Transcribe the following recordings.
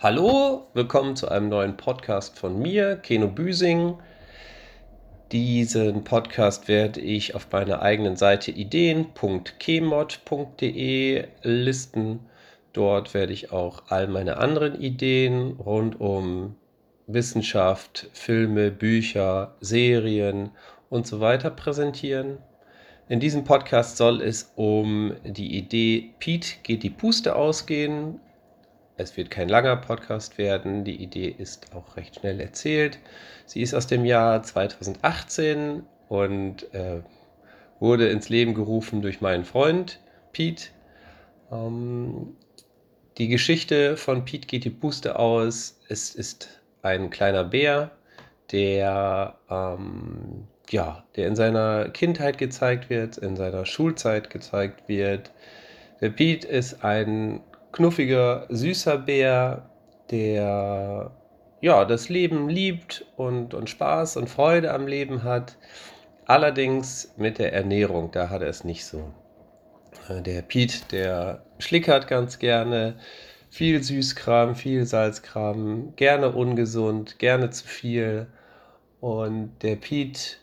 Hallo, willkommen zu einem neuen Podcast von mir, Keno Büsing. Diesen Podcast werde ich auf meiner eigenen Seite ideen.kmod.de listen. Dort werde ich auch all meine anderen Ideen rund um Wissenschaft, Filme, Bücher, Serien und so weiter präsentieren. In diesem Podcast soll es um die Idee Piet geht die Puste ausgehen. Es wird kein langer Podcast werden. Die Idee ist auch recht schnell erzählt. Sie ist aus dem Jahr 2018 und wurde ins Leben gerufen durch meinen Freund Piet. Die Geschichte von Piet geht die Puste aus. Es ist ein kleiner Bär, der in seiner Kindheit gezeigt wird, in seiner Schulzeit gezeigt wird. Der Piet ist ein knuffiger, süßer Bär, der das Leben liebt und Spaß und Freude am Leben hat. Allerdings mit der Ernährung, da hat er es nicht so. Der Piet, der schlickert ganz gerne, viel Süßkram, viel Salzkram, gerne ungesund, gerne zu viel. Und der Piet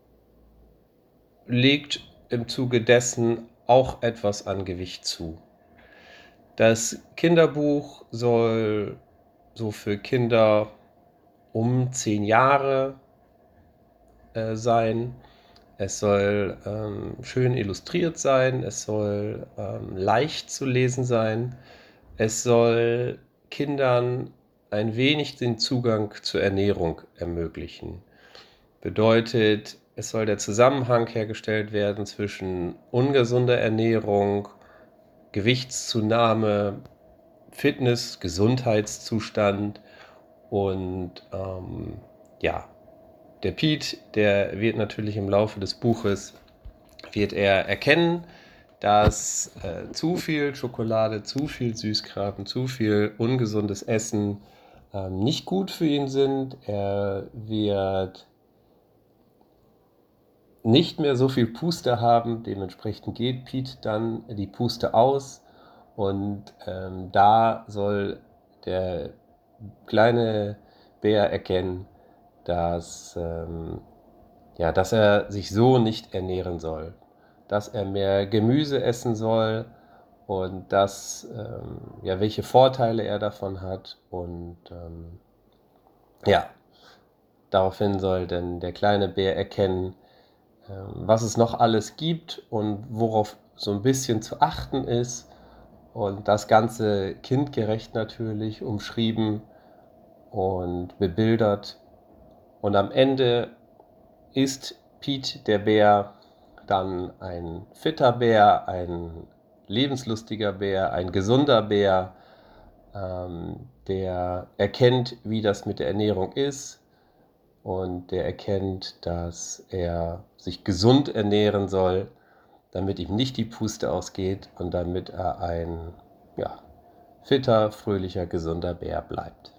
legt im Zuge dessen auch etwas an Gewicht zu. Das Kinderbuch soll so für Kinder um 10 Jahre sein. Es soll schön illustriert sein, es soll leicht zu lesen sein, es soll Kindern ein wenig den Zugang zur Ernährung ermöglichen. Bedeutet, es soll der Zusammenhang hergestellt werden zwischen ungesunder Ernährung, Gewichtszunahme, Fitness, Gesundheitszustand und der Piet, der wird natürlich im Laufe des Buches, wird er erkennen, dass zu viel Schokolade, zu viel Süßkram, zu viel ungesundes Essen nicht gut für ihn sind. Er wird nicht mehr so viel Puste haben, dementsprechend geht Piet dann die Puste aus und da soll der kleine Bär erkennen, dass er sich so nicht ernähren soll, dass er mehr Gemüse essen soll und welche Vorteile er davon hat und daraufhin soll dann der kleine Bär erkennen, was es noch alles gibt und worauf so ein bisschen zu achten ist und das Ganze kindgerecht natürlich umschrieben und bebildert. Und am Ende ist Piet der Bär dann ein fitter Bär, ein lebenslustiger Bär, ein gesunder Bär, der erkennt, wie das mit der Ernährung ist und der erkennt, dass er sich gesund ernähren soll, damit ihm nicht die Puste ausgeht und damit er ein fitter, fröhlicher, gesunder Bär bleibt.